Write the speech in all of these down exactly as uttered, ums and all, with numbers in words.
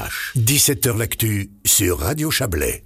H. dix-sept heures l'actu sur Radio Chablais.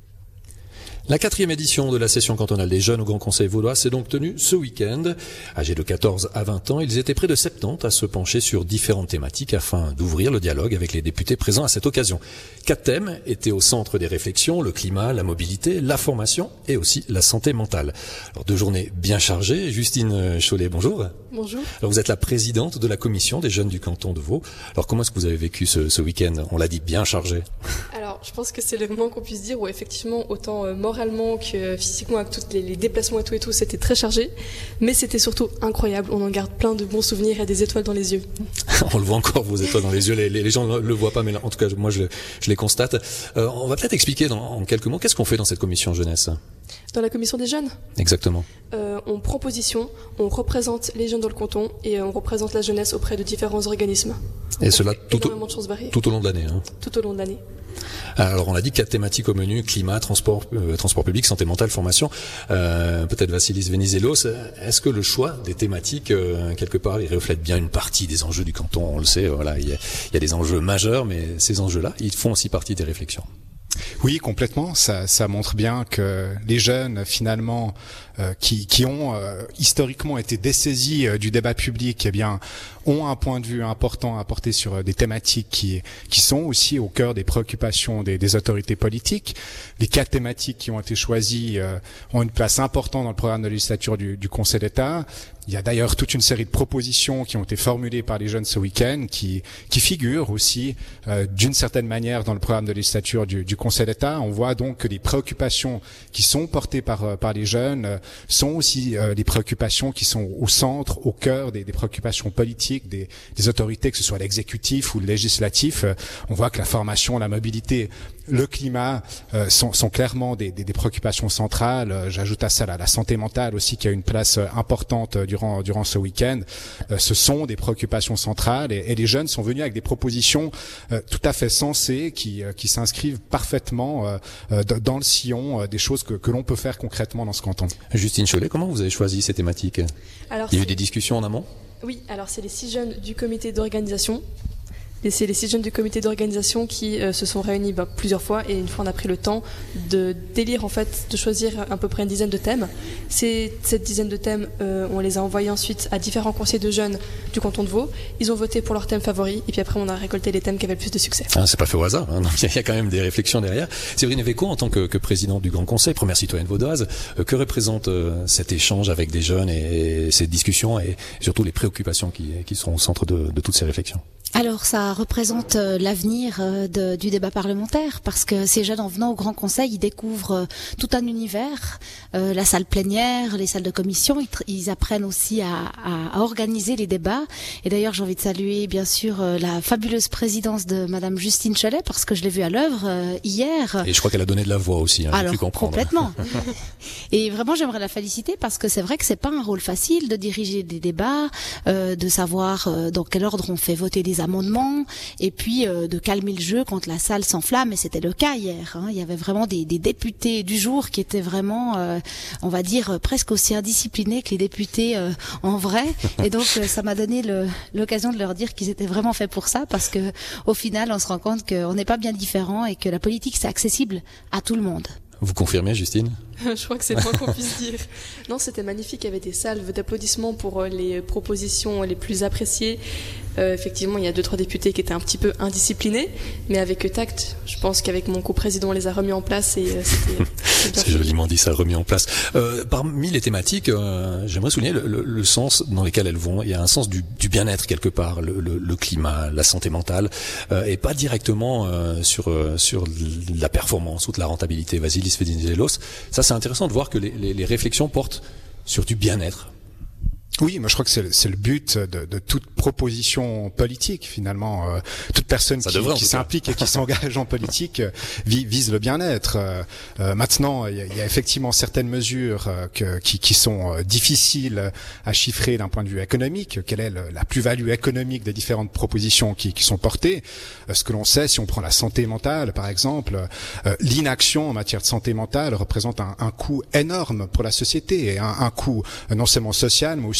La quatrième édition de la session cantonale des jeunes au Grand Conseil vaudois s'est donc tenue ce week-end. Âgés de quatorze à vingt ans, ils étaient près de soixante-dix à se pencher sur différentes thématiques afin d'ouvrir le dialogue avec les députés présents à cette occasion. Quatre thèmes étaient au centre des réflexions: le climat, la mobilité, la formation et aussi la santé mentale. Alors, deux journées bien chargées. Justine Chollet, bonjour. Bonjour. Alors, vous êtes la présidente de la commission des jeunes du canton de Vaud. Alors, comment est-ce que vous avez vécu ce, ce week-end? On l'a dit, bien chargé. Alors, je pense que c'est le moins qu'on puisse dire, où effectivement, autant euh, moralement que physiquement, avec tous les, les déplacements et tout et tout, c'était très chargé. Mais c'était surtout incroyable. On en garde plein de bons souvenirs et des étoiles dans les yeux. On le voit encore, vos étoiles dans les yeux. Les, les, les gens ne le voient pas, mais là, en tout cas, moi, je, je les constate. Euh, on va peut-être expliquer dans, en quelques mots, qu'est-ce qu'on fait dans cette commission jeunesse? Dans la commission des jeunes, Exactement. euh, on prend position, on représente les jeunes dans le canton et on représente la jeunesse auprès de différents organismes. Et cela tout énormément au, de choses variées. tout au long de l'année. Hein. Tout au long de l'année. Alors, on a dit quatre thématiques au menu: climat, transport, euh, transport public, santé mentale, formation. Euh, peut-être Vassilis Venizelos, est-ce que le choix des thématiques, euh, quelque part, il reflète bien une partie des enjeux du canton? On le sait, voilà, il y a, il y a des enjeux majeurs, mais ces enjeux-là, ils font aussi partie des réflexions. Oui, complètement. Ça, ça montre bien que les jeunes, finalement, euh, qui, qui ont euh, historiquement été dessaisis euh, du débat public, eh bien, ont un point de vue important à apporter sur euh, des thématiques qui, qui sont aussi au cœur des préoccupations des, des autorités politiques. Les quatre thématiques qui ont été choisies euh, ont une place importante dans le programme de législature du, du Conseil d'État. Il y a d'ailleurs toute une série de propositions qui ont été formulées par les jeunes ce week-end, qui, qui figurent aussi euh, d'une certaine manière dans le programme de législature du, du Conseil d'État. On voit donc que les préoccupations qui sont portées par, par les jeunes euh, sont aussi euh, les préoccupations qui sont au centre, au cœur des, des préoccupations politiques des, des autorités, que ce soit l'exécutif ou le législatif. Euh, on voit que la formation, la mobilité, le climat euh, sont, sont clairement des, des, des préoccupations centrales. Euh, j'ajoute à ça la, la santé mentale aussi, qui a une place euh, importante euh, durant, durant ce week-end. Euh, ce sont des préoccupations centrales et, et les jeunes sont venus avec des propositions euh, tout à fait sensées qui, euh, qui s'inscrivent parfaitement euh, euh, dans le sillon euh, des choses que, que l'on peut faire concrètement dans ce canton. Justine Chollet, comment vous avez choisi ces thématiques? Alors, Il y a eu des discussions en amont? Oui, alors c'est les six jeunes du comité d'organisation. Et c'est les six jeunes du comité d'organisation qui euh, se sont réunis bah, plusieurs fois, et une fois on a pris le temps de délire en fait, de choisir à peu près une dizaine de thèmes. Ces, cette dizaine de thèmes, euh, on les a envoyés ensuite à différents conseils de jeunes du canton de Vaud. Ils ont voté pour leur thème favori, et puis après on a récolté les thèmes qui avaient le plus de succès. Ah, c'est pas fait au hasard, hein. Il y a quand même des réflexions derrière. Séverine Véco, en tant que, que présidente du Grand Conseil, première citoyenne vaudoise, euh, que représente euh, cet échange avec des jeunes et, et ces discussions et surtout les préoccupations qui, qui seront au centre de, de toutes ces réflexions? Alors ça représente euh, l'avenir euh, de, du débat parlementaire, parce que ces jeunes, en venant au Grand Conseil, ils découvrent euh, tout un univers, euh, la salle plénière, les salles de commission, ils, ils apprennent aussi à, à, à organiser les débats. Et d'ailleurs j'ai envie de saluer bien sûr euh, la fabuleuse présidence de Madame Justine Chollet, parce que je l'ai vue à l'œuvre euh, hier. Et je crois qu'elle a donné de la voix aussi, hein, Alors, j'ai pu comprendre. Complètement. Et vraiment j'aimerais la féliciter, parce que c'est vrai que c'est pas un rôle facile de diriger des débats, euh, de savoir euh, dans quel ordre on fait voter des amendements, et puis euh, de calmer le jeu quand la salle s'enflamme, et c'était le cas hier, hein. Il y avait vraiment des, des députés du jour qui étaient vraiment, euh, on va dire, euh, presque aussi indisciplinés que les députés euh, en vrai, et donc euh, ça m'a donné le, l'occasion de leur dire qu'ils étaient vraiment faits pour ça, parce que au final on se rend compte qu'on n'est pas bien différents et que la politique c'est accessible à tout le monde. Vous confirmez, Justine? Je crois que c'est le moins qu'on puisse dire. Non, c'était magnifique. Il y avait des salves d'applaudissements pour les propositions les plus appréciées. Euh, effectivement, il y a deux, trois députés qui étaient un petit peu indisciplinés, mais avec tact. Je pense qu'avec mon coprésident, on les a remis en place, et euh, c'était, c'était C'est joliment dit, ça, remis en place. Euh, parmi les thématiques, euh, j'aimerais souligner le, le, le sens dans lequel elles vont. Il y a un sens du, du bien-être quelque part, le, le, le climat, la santé mentale, euh, et pas directement euh, sur euh, sur la performance ou de la rentabilité. Vassilis Venizelos, ça c'est intéressant de voir que les, les, les réflexions portent sur du bien-être. Oui, moi je crois que c'est le, c'est le but de, de toute proposition politique finalement. Euh, toute personne Ça qui, devrait, qui s'implique et qui s'engage en politique euh, vise le bien-être. Euh, euh, maintenant, il y, a, il y a effectivement certaines mesures euh, que, qui, qui sont euh, difficiles à chiffrer d'un point de vue économique. Quelle est le, la plus-value économique des différentes propositions qui, qui sont portées? euh, Ce que l'on sait, si on prend la santé mentale par exemple, euh, l'inaction en matière de santé mentale représente un, un coût énorme pour la société, et un, un coût euh, non seulement social mais aussi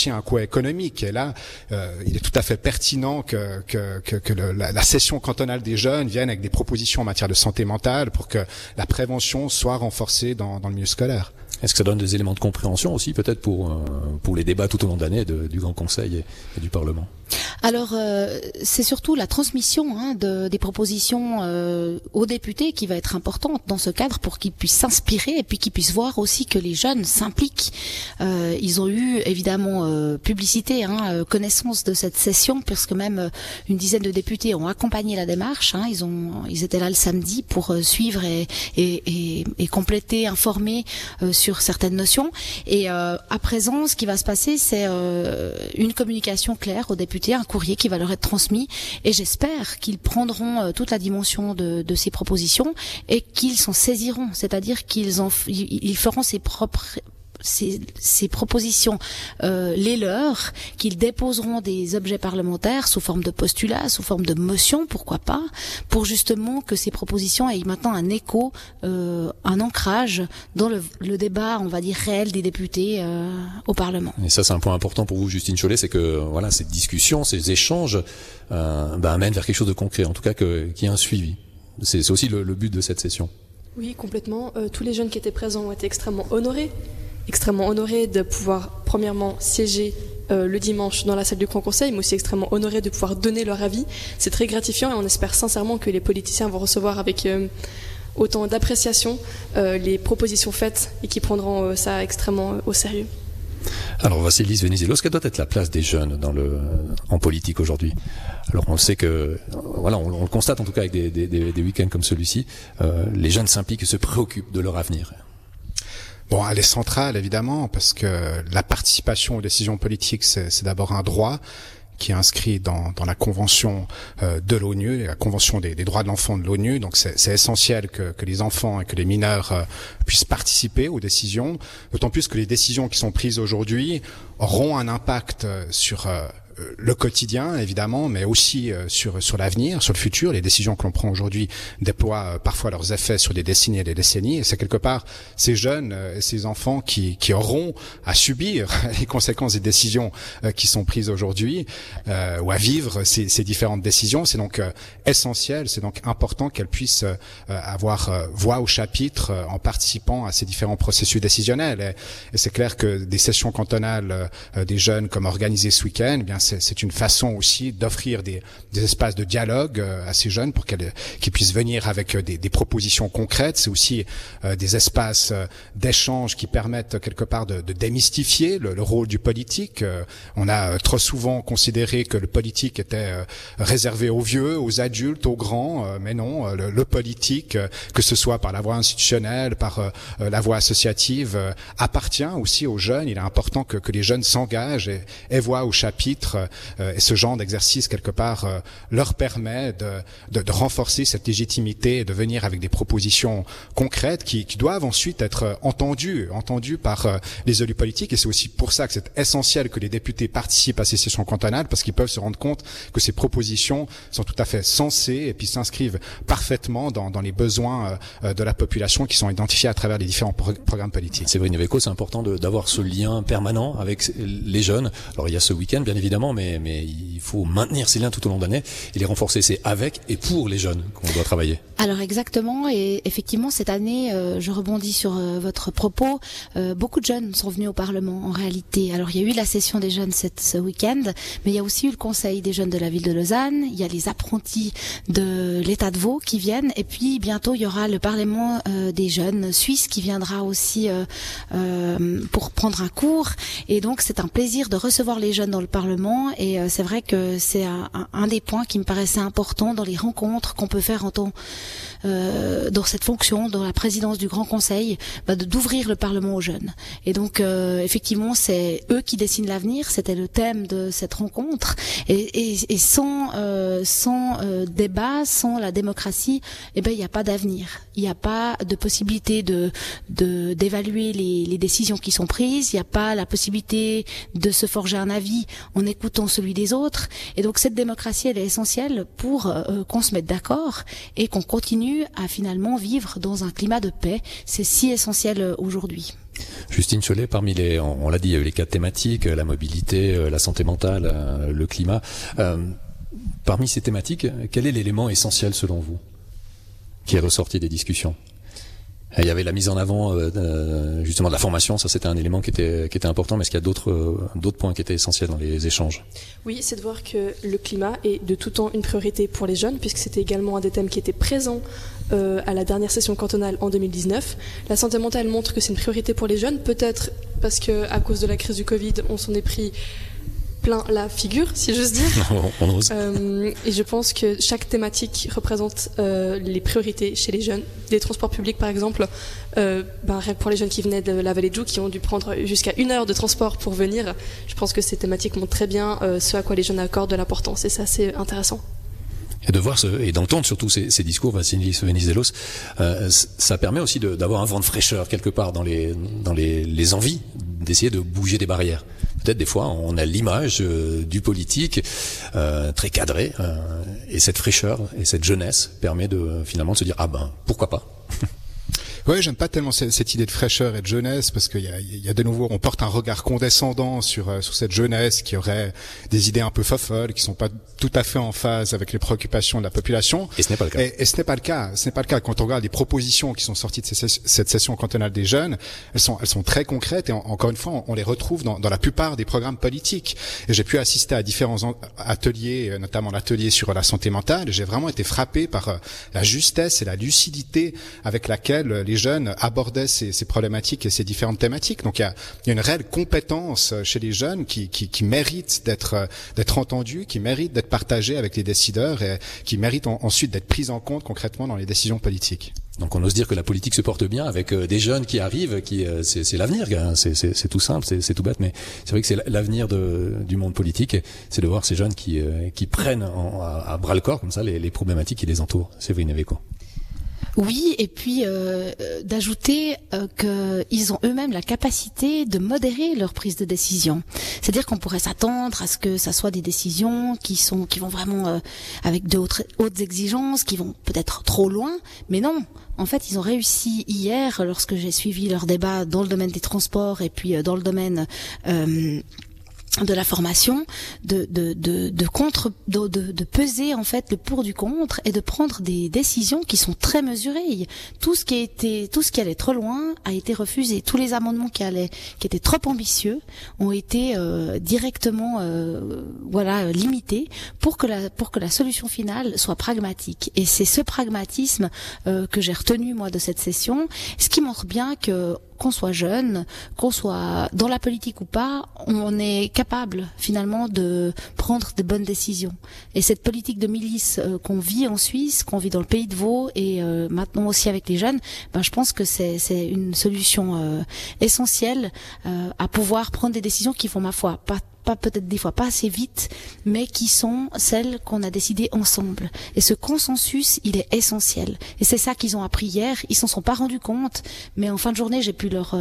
aussi un coût économique. Et là, euh, il est tout à fait pertinent que, que, que, que le, la, la session cantonale des jeunes vienne avec des propositions en matière de santé mentale pour que la prévention soit renforcée dans, dans le milieu scolaire. Est-ce que ça donne des éléments de compréhension aussi, peut-être pour euh, pour les débats tout au long de l'année de, du Grand Conseil et, et du Parlement? Alors, euh, c'est surtout la transmission hein, de, des propositions euh, aux députés qui va être importante dans ce cadre pour qu'ils puissent s'inspirer et puis qu'ils puissent voir aussi que les jeunes s'impliquent. Euh, ils ont eu évidemment euh, publicité, hein, connaissance de cette session, puisque même euh, une dizaine de députés ont accompagné la démarche. Hein, ils ont, ils étaient là le samedi pour euh, suivre et, et, et, et compléter, informer euh, sur certaines notions. Et euh, à présent, ce qui va se passer, c'est euh, une communication claire aux députés, un courrier qui va leur être transmis, et j'espère qu'ils prendront euh, toute la dimension de, de ces propositions et qu'ils s'en saisiront, c'est-à-dire qu'ils en, ils feront ses propres Ces, ces propositions, euh, les leurs, qu'ils déposeront des objets parlementaires sous forme de postulats, sous forme de motions, pourquoi pas, pour justement que ces propositions aient maintenant un écho, euh, un ancrage dans le, le débat, on va dire, réel des députés euh, au Parlement. Et ça, c'est un point important pour vous, Justine Chollet, c'est que voilà, cette discussion, ces échanges euh, bah, amènent vers quelque chose de concret, en tout cas que, qu'il y ait un suivi. C'est, c'est aussi le, le but de cette session. Oui, complètement. Euh, tous les jeunes qui étaient présents ont été extrêmement honorés. extrêmement honoré de pouvoir, premièrement, siéger euh, le dimanche dans la salle du Grand Conseil, mais aussi extrêmement honoré de pouvoir donner leur avis. C'est très gratifiant et on espère sincèrement que les politiciens vont recevoir avec euh, autant d'appréciation euh, les propositions faites et qui prendront euh, ça extrêmement euh, au sérieux. Alors, Vassilis Venizelos, quelle doit être la place des jeunes dans le, en politique aujourd'hui? Alors, on sait que, voilà, on, on le constate en tout cas avec des, des, des, des week-ends comme celui-ci, euh, les jeunes s'impliquent et se préoccupent de leur avenir. Bon, elle est centrale, évidemment, parce que la participation aux décisions politiques, c'est, c'est d'abord un droit qui est inscrit dans, dans la Convention euh, de l'ONU, la Convention des, des droits de l'enfant de l'ONU. Donc, c'est, c'est essentiel que, que les enfants et que les mineurs euh, puissent participer aux décisions, d'autant plus que les décisions qui sont prises aujourd'hui auront un impact sur euh, le quotidien, évidemment, mais aussi euh, sur sur l'avenir, sur le futur. Les décisions que l'on prend aujourd'hui déploient euh, parfois leurs effets sur des décennies et des décennies. Et c'est quelque part ces jeunes euh, et ces enfants qui qui auront à subir les conséquences des décisions euh, qui sont prises aujourd'hui, euh, ou à vivre ces, ces différentes décisions. C'est donc euh, essentiel, c'est donc important qu'elles puissent euh, avoir euh, voix au chapitre euh, en participant à ces différents processus décisionnels. Et, et c'est clair que des sessions cantonales euh, des jeunes comme organisées ce week-end, eh bien c'est, c'est une façon aussi d'offrir des, des espaces de dialogue euh, à ces jeunes pour qu'elles, qu'ils puissent venir avec euh, des, des propositions concrètes. C'est aussi euh, des espaces euh, d'échange qui permettent quelque part de, de démystifier le, le rôle du politique. Euh, on a euh, trop souvent considéré que le politique était euh, réservé aux vieux, aux adultes, aux grands, euh, mais non, euh, le, le politique, euh, que ce soit par la voie institutionnelle, par euh, la voie associative, euh, appartient aussi aux jeunes. Il est important que, que les jeunes s'engagent et, et voient au chapitre. Euh, et ce genre d'exercice, quelque part, euh, leur permet de, de, de renforcer cette légitimité et de venir avec des propositions concrètes qui, qui doivent ensuite être entendues, entendues par euh, les élus politiques. Et c'est aussi pour ça que c'est essentiel que les députés participent à ces sessions cantonales, parce qu'ils peuvent se rendre compte que ces propositions sont tout à fait sensées et puis s'inscrivent parfaitement dans, dans les besoins euh, de la population qui sont identifiés à travers les différents pro- programmes politiques. C'est vrai, Niveco, c'est important de, d'avoir ce lien permanent avec les jeunes. Alors il y a ce week-end, bien évidemment, mais, mais il faut maintenir ces liens tout au long de l'année et les renforcer. C'est avec et pour les jeunes qu'on doit travailler. Alors exactement, et effectivement cette année, euh, je rebondis sur euh, votre propos, euh, beaucoup de jeunes sont venus au Parlement en réalité. Alors il y a eu la session des jeunes cette, ce week-end, mais il y a aussi eu le conseil des jeunes de la ville de Lausanne, il y a les apprentis de l'État de Vaud qui viennent, et puis bientôt il y aura le Parlement euh, des jeunes suisses qui viendra aussi euh, euh, pour prendre un cours, et donc c'est un plaisir de recevoir les jeunes dans le Parlement, et euh, c'est vrai que c'est un, un, un des points qui me paraissait important dans les rencontres qu'on peut faire en temps Euh, dans cette fonction, dans la présidence du Grand Conseil, bah, de, d'ouvrir le Parlement aux jeunes. Et donc, euh, effectivement, c'est eux qui dessinent l'avenir. C'était le thème de cette rencontre. Et, et, et sans, euh, sans euh, débat, sans la démocratie, eh ben, il n'y a pas d'avenir. Il n'y a pas de possibilité de, de d'évaluer les, les décisions qui sont prises. Il n'y a pas la possibilité de se forger un avis en écoutant celui des autres. Et donc, cette démocratie, elle est essentielle pour euh, qu'on se mette d'accord et qu'on continue à finalement vivre dans un climat de paix. C'est si essentiel aujourd'hui. Justine Chollet, parmi les, on, on l'a dit, il y a eu les quatre thématiques, la mobilité, la santé mentale, le climat. Euh, parmi ces thématiques, quel est l'élément essentiel selon vous qui est ressorti des discussions? Il y avait la mise en avant euh, justement de la formation, ça c'était un élément qui était qui était important, mais est-ce qu'il y a d'autres euh, d'autres points qui étaient essentiels dans les échanges? Oui, c'est de voir que le climat est de tout temps une priorité pour les jeunes, puisque c'était également un des thèmes qui était présent euh, à la dernière session cantonale en deux mille dix-neuf. La santé mentale montre que c'est une priorité pour les jeunes, peut-être parce que à cause de la crise du Covid, on s'en est pris plein la figure, si j'ose dire. On ose. Euh, et je pense que chaque thématique représente euh, les priorités chez les jeunes. Les transports publics, par exemple, euh, ben, pour les jeunes qui venaient de la vallée de Joux, qui ont dû prendre jusqu'à une heure de transport pour venir, je pense que ces thématiques montrent très bien euh, ce à quoi les jeunes accordent de l'importance. Et ça, c'est intéressant. Et de voir ce, et d'entendre surtout ces, ces discours, Vassilis Venizelos, euh, ça permet aussi de, d'avoir un vent de fraîcheur quelque part dans les, dans les, les envies d'essayer de bouger des barrières. Peut-être des fois on a l'image euh, du politique euh, très cadré, euh, et cette fraîcheur et cette jeunesse permet de finalement de se dire ah ben pourquoi pas. Ouais, j'aime pas tellement cette, cette idée de fraîcheur et de jeunesse parce qu'il y a, il y a de nouveau, on porte un regard condescendant sur euh, sur cette jeunesse qui aurait des idées un peu fofolles, qui sont pas tout à fait en phase avec les préoccupations de la population. Et ce n'est pas le cas. Et, et ce n'est pas le cas. Ce n'est pas le cas. Quand on regarde les propositions qui sont sorties de ces, cette session cantonale des jeunes, elles sont elles sont très concrètes et en, encore une fois, on, on les retrouve dans, dans la plupart des programmes politiques. Et j'ai pu assister à différents en, ateliers, notamment l'atelier sur la santé mentale. Et j'ai vraiment été frappé par euh, la justesse et la lucidité avec laquelle les jeunes abordaient ces, ces problématiques et ces différentes thématiques. Donc il y a, il y a une réelle compétence chez les jeunes qui, qui, qui mérite d'être d'être entendue, qui mérite d'être partagée avec les décideurs et qui mérite en, ensuite d'être prise en compte concrètement dans les décisions politiques. Donc on ose dire que la politique se porte bien avec euh, des jeunes qui arrivent, qui euh, c'est, c'est l'avenir, hein, c'est, c'est, c'est tout simple, c'est, c'est tout bête, mais c'est vrai que c'est l'avenir de, du monde politique, et c'est de voir ces jeunes qui, euh, qui prennent en, à, à bras le corps comme ça les, les problématiques qui les entourent. Séverine Eveco. Oui, et puis euh, d'ajouter euh, qu'ils ont eux-mêmes la capacité de modérer leur prise de décision. C'est-à-dire qu'on pourrait s'attendre à ce que ça soit des décisions qui sont qui vont vraiment euh, avec de hautes, hautes exigences, qui vont peut-être trop loin, mais non. En fait, ils ont réussi hier, lorsque j'ai suivi leur débat dans le domaine des transports et puis euh, dans le domaine euh, de la formation, de de de de contre de, de de peser en fait le pour du contre et de prendre des décisions qui sont très mesurées. Tout ce qui a été tout ce qui allait trop loin a été refusé. Tous les amendements qui allaient qui étaient trop ambitieux ont été euh, directement euh, voilà limités pour que la pour que la solution finale soit pragmatique. Et c'est ce pragmatisme euh, que j'ai retenu moi de cette session, ce qui montre bien que qu'on soit jeune, qu'on soit dans la politique ou pas, on est capable finalement de prendre de bonnes décisions. Et cette politique de milice euh, qu'on vit en Suisse, qu'on vit dans le pays de Vaud et euh, maintenant aussi avec les jeunes, ben je pense que c'est c'est une solution euh, essentielle euh, à pouvoir prendre des décisions qui font ma foi pas pas peut-être des fois pas assez vite, mais qui sont celles qu'on a décidées ensemble. Et ce consensus, il est essentiel. Et c'est ça qu'ils ont appris hier. Ils s'en sont pas rendus compte, mais en fin de journée, j'ai pu leur,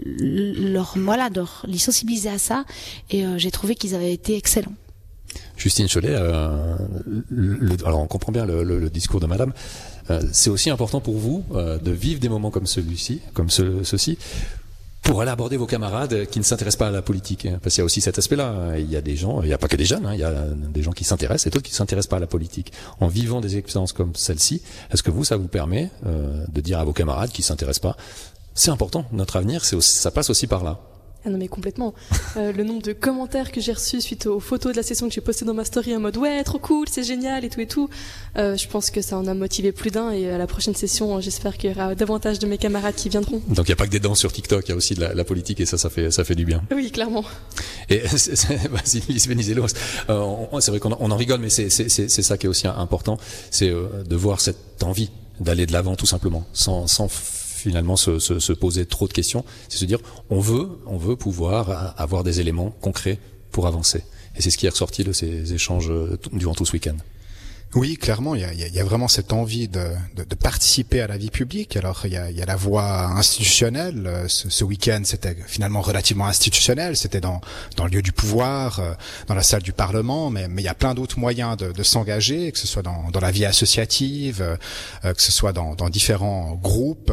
leur, voilà, leur, les sensibiliser à ça, et euh, j'ai trouvé qu'ils avaient été excellents. Justine Chollet, euh, le, alors on comprend bien le, le, le discours de Madame. Euh, c'est aussi important pour vous euh, de vivre des moments comme celui-ci, comme ce, ceci. Pour aller aborder vos camarades qui ne s'intéressent pas à la politique. Parce qu'il y a aussi cet aspect-là. Il y a des gens, il n'y a pas que des jeunes, hein, il y a des gens qui s'intéressent et d'autres qui ne s'intéressent pas à la politique. En vivant des expériences comme celle-ci, est-ce que vous, ça vous permet euh, de dire à vos camarades qui ne s'intéressent pas, c'est important, notre avenir, c'est aussi, ça passe aussi par là. Ah non mais complètement. Euh, le nombre de commentaires que j'ai reçus suite aux photos de la session que j'ai postées dans ma story en mode ouais trop cool, c'est génial et tout et tout. Euh, je pense que ça en a motivé plus d'un et à la prochaine session j'espère qu'il y aura davantage de mes camarades qui viendront. Donc il n'y a pas que des danses sur TikTok, il y a aussi de la, la politique et ça ça fait ça fait du bien. Oui clairement. Et Vassilis Venizelos, euh, c'est vrai qu'on on en rigole mais c'est c'est c'est c'est ça qui est aussi important, c'est euh, de voir cette envie d'aller de l'avant tout simplement, sans sans finalement se, se, se poser trop de questions, c'est se dire on veut, on veut pouvoir avoir des éléments concrets pour avancer. Et c'est ce qui est ressorti de ces échanges durant tout ce week-end. Oui, clairement, il y a, il y a vraiment cette envie de, de, de participer à la vie publique. Alors, il y a, il y a la voie institutionnelle. Ce, ce week-end, c'était finalement relativement institutionnel. C'était dans, dans le lieu du pouvoir, dans la salle du Parlement, mais, mais il y a plein d'autres moyens de, de s'engager, que ce soit dans, dans la vie associative, euh, que ce soit dans, dans différents groupes,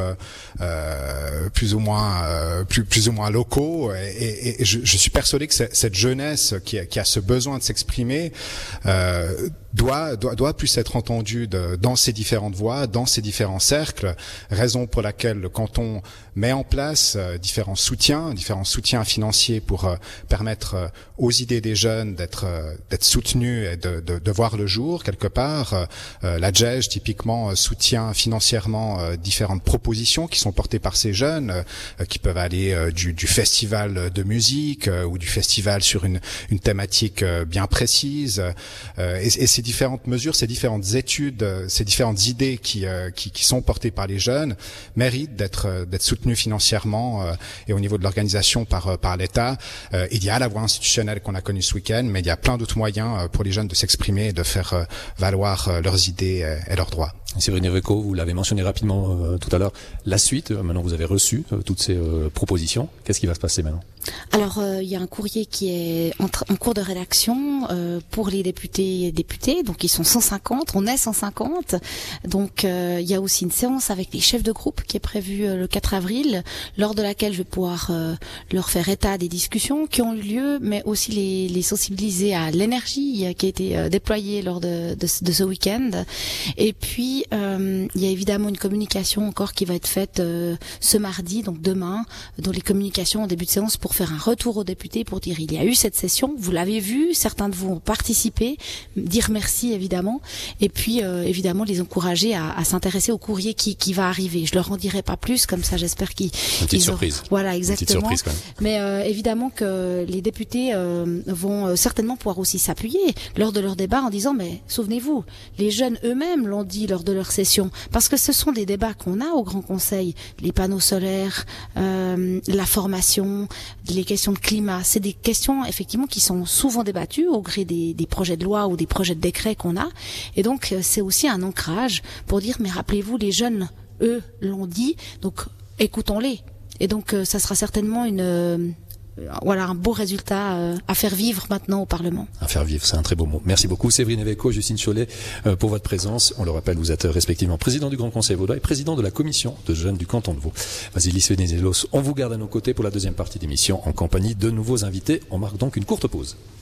euh, plus ou moins, euh, plus, plus ou moins locaux. Et, et, et je, je suis persuadé que cette jeunesse qui a, qui a ce besoin de s'exprimer euh, doit, doit, doit plus être entendue de, dans ces différentes voies, dans ces différents cercles, raison pour laquelle le canton met en place euh, différents soutiens, différents soutiens financiers pour euh, permettre euh, aux idées des jeunes d'être euh, d'être soutenus et de, de, de voir le jour quelque part. Euh, la J E J typiquement euh, soutient financièrement euh, différentes propositions qui sont portées par ces jeunes, euh, qui peuvent aller euh, du, du festival de musique euh, ou du festival sur une, une thématique euh, bien précise. Euh, et, et ces différentes mesures, ces différentes études, euh, ces différentes idées qui, euh, qui, qui sont portées par les jeunes méritent d'être euh, d'être soutenues financièrement euh, et au niveau de l'organisation par euh, par l'État. Euh, il y a la voie institutionnelle qu'on a connue ce week-end, mais il y a plein d'autres moyens euh, pour les jeunes de s'exprimer et de faire euh, valoir euh, leurs idées euh, et leurs droits. Séverine Eveco, vous l'avez mentionné rapidement euh, tout à l'heure, la suite, euh, maintenant vous avez reçu euh, toutes ces euh, propositions. Qu'est-ce qui va se passer maintenant? Alors, euh, il y a un courrier qui est en, en cours de rédaction euh, pour les députés et députés, donc ils sont cent cinquante, on est cent cinquante, donc euh, il y a aussi une séance avec les chefs de groupe qui est prévue euh, le quatre avril, lors de laquelle je vais pouvoir euh, leur faire état des discussions qui ont eu lieu, mais aussi les, les sensibiliser à l'énergie euh, qui a été euh, déployée lors de, de, de ce week-end. Et puis, euh, il y a évidemment une communication encore qui va être faite euh, ce mardi, donc demain, dans les communications en début de séance pour faire un retour aux députés pour dire il y a eu cette session, vous l'avez vu, certains de vous ont participé, dire merci évidemment, et puis euh, évidemment les encourager à, à s'intéresser au courrier qui, qui va arriver. Je leur en dirai pas plus, comme ça j'espère qu'ils... Une petite surprise. Auront... Voilà, exactement. Une petite surprise quand même. Mais euh, évidemment que les députés euh, vont euh, certainement pouvoir aussi s'appuyer lors de leur débat en disant mais souvenez-vous, les jeunes eux-mêmes l'ont dit lors de leur session, parce que ce sont des débats qu'on a au Grand Conseil, les panneaux solaires, euh, la formation, les questions de climat, c'est des questions effectivement qui sont souvent débattues au gré des, des projets de loi ou des projets de décret qu'on a, et donc c'est aussi un ancrage pour dire mais rappelez-vous, les jeunes eux l'ont dit, donc écoutons-les, et donc ça sera certainement une euh, voilà un beau résultat euh, à faire vivre maintenant au Parlement. À faire vivre, c'est un très beau mot. Merci beaucoup Séverine Eveco, Justine Chollet euh, pour votre présence. On le rappelle, vous êtes respectivement président du Grand Conseil vaudois et président de la commission de jeunes du canton de Vaud. Vasilis Venizelos, on vous garde à nos côtés pour la deuxième partie d'émission en compagnie de nouveaux invités. On marque donc une courte pause.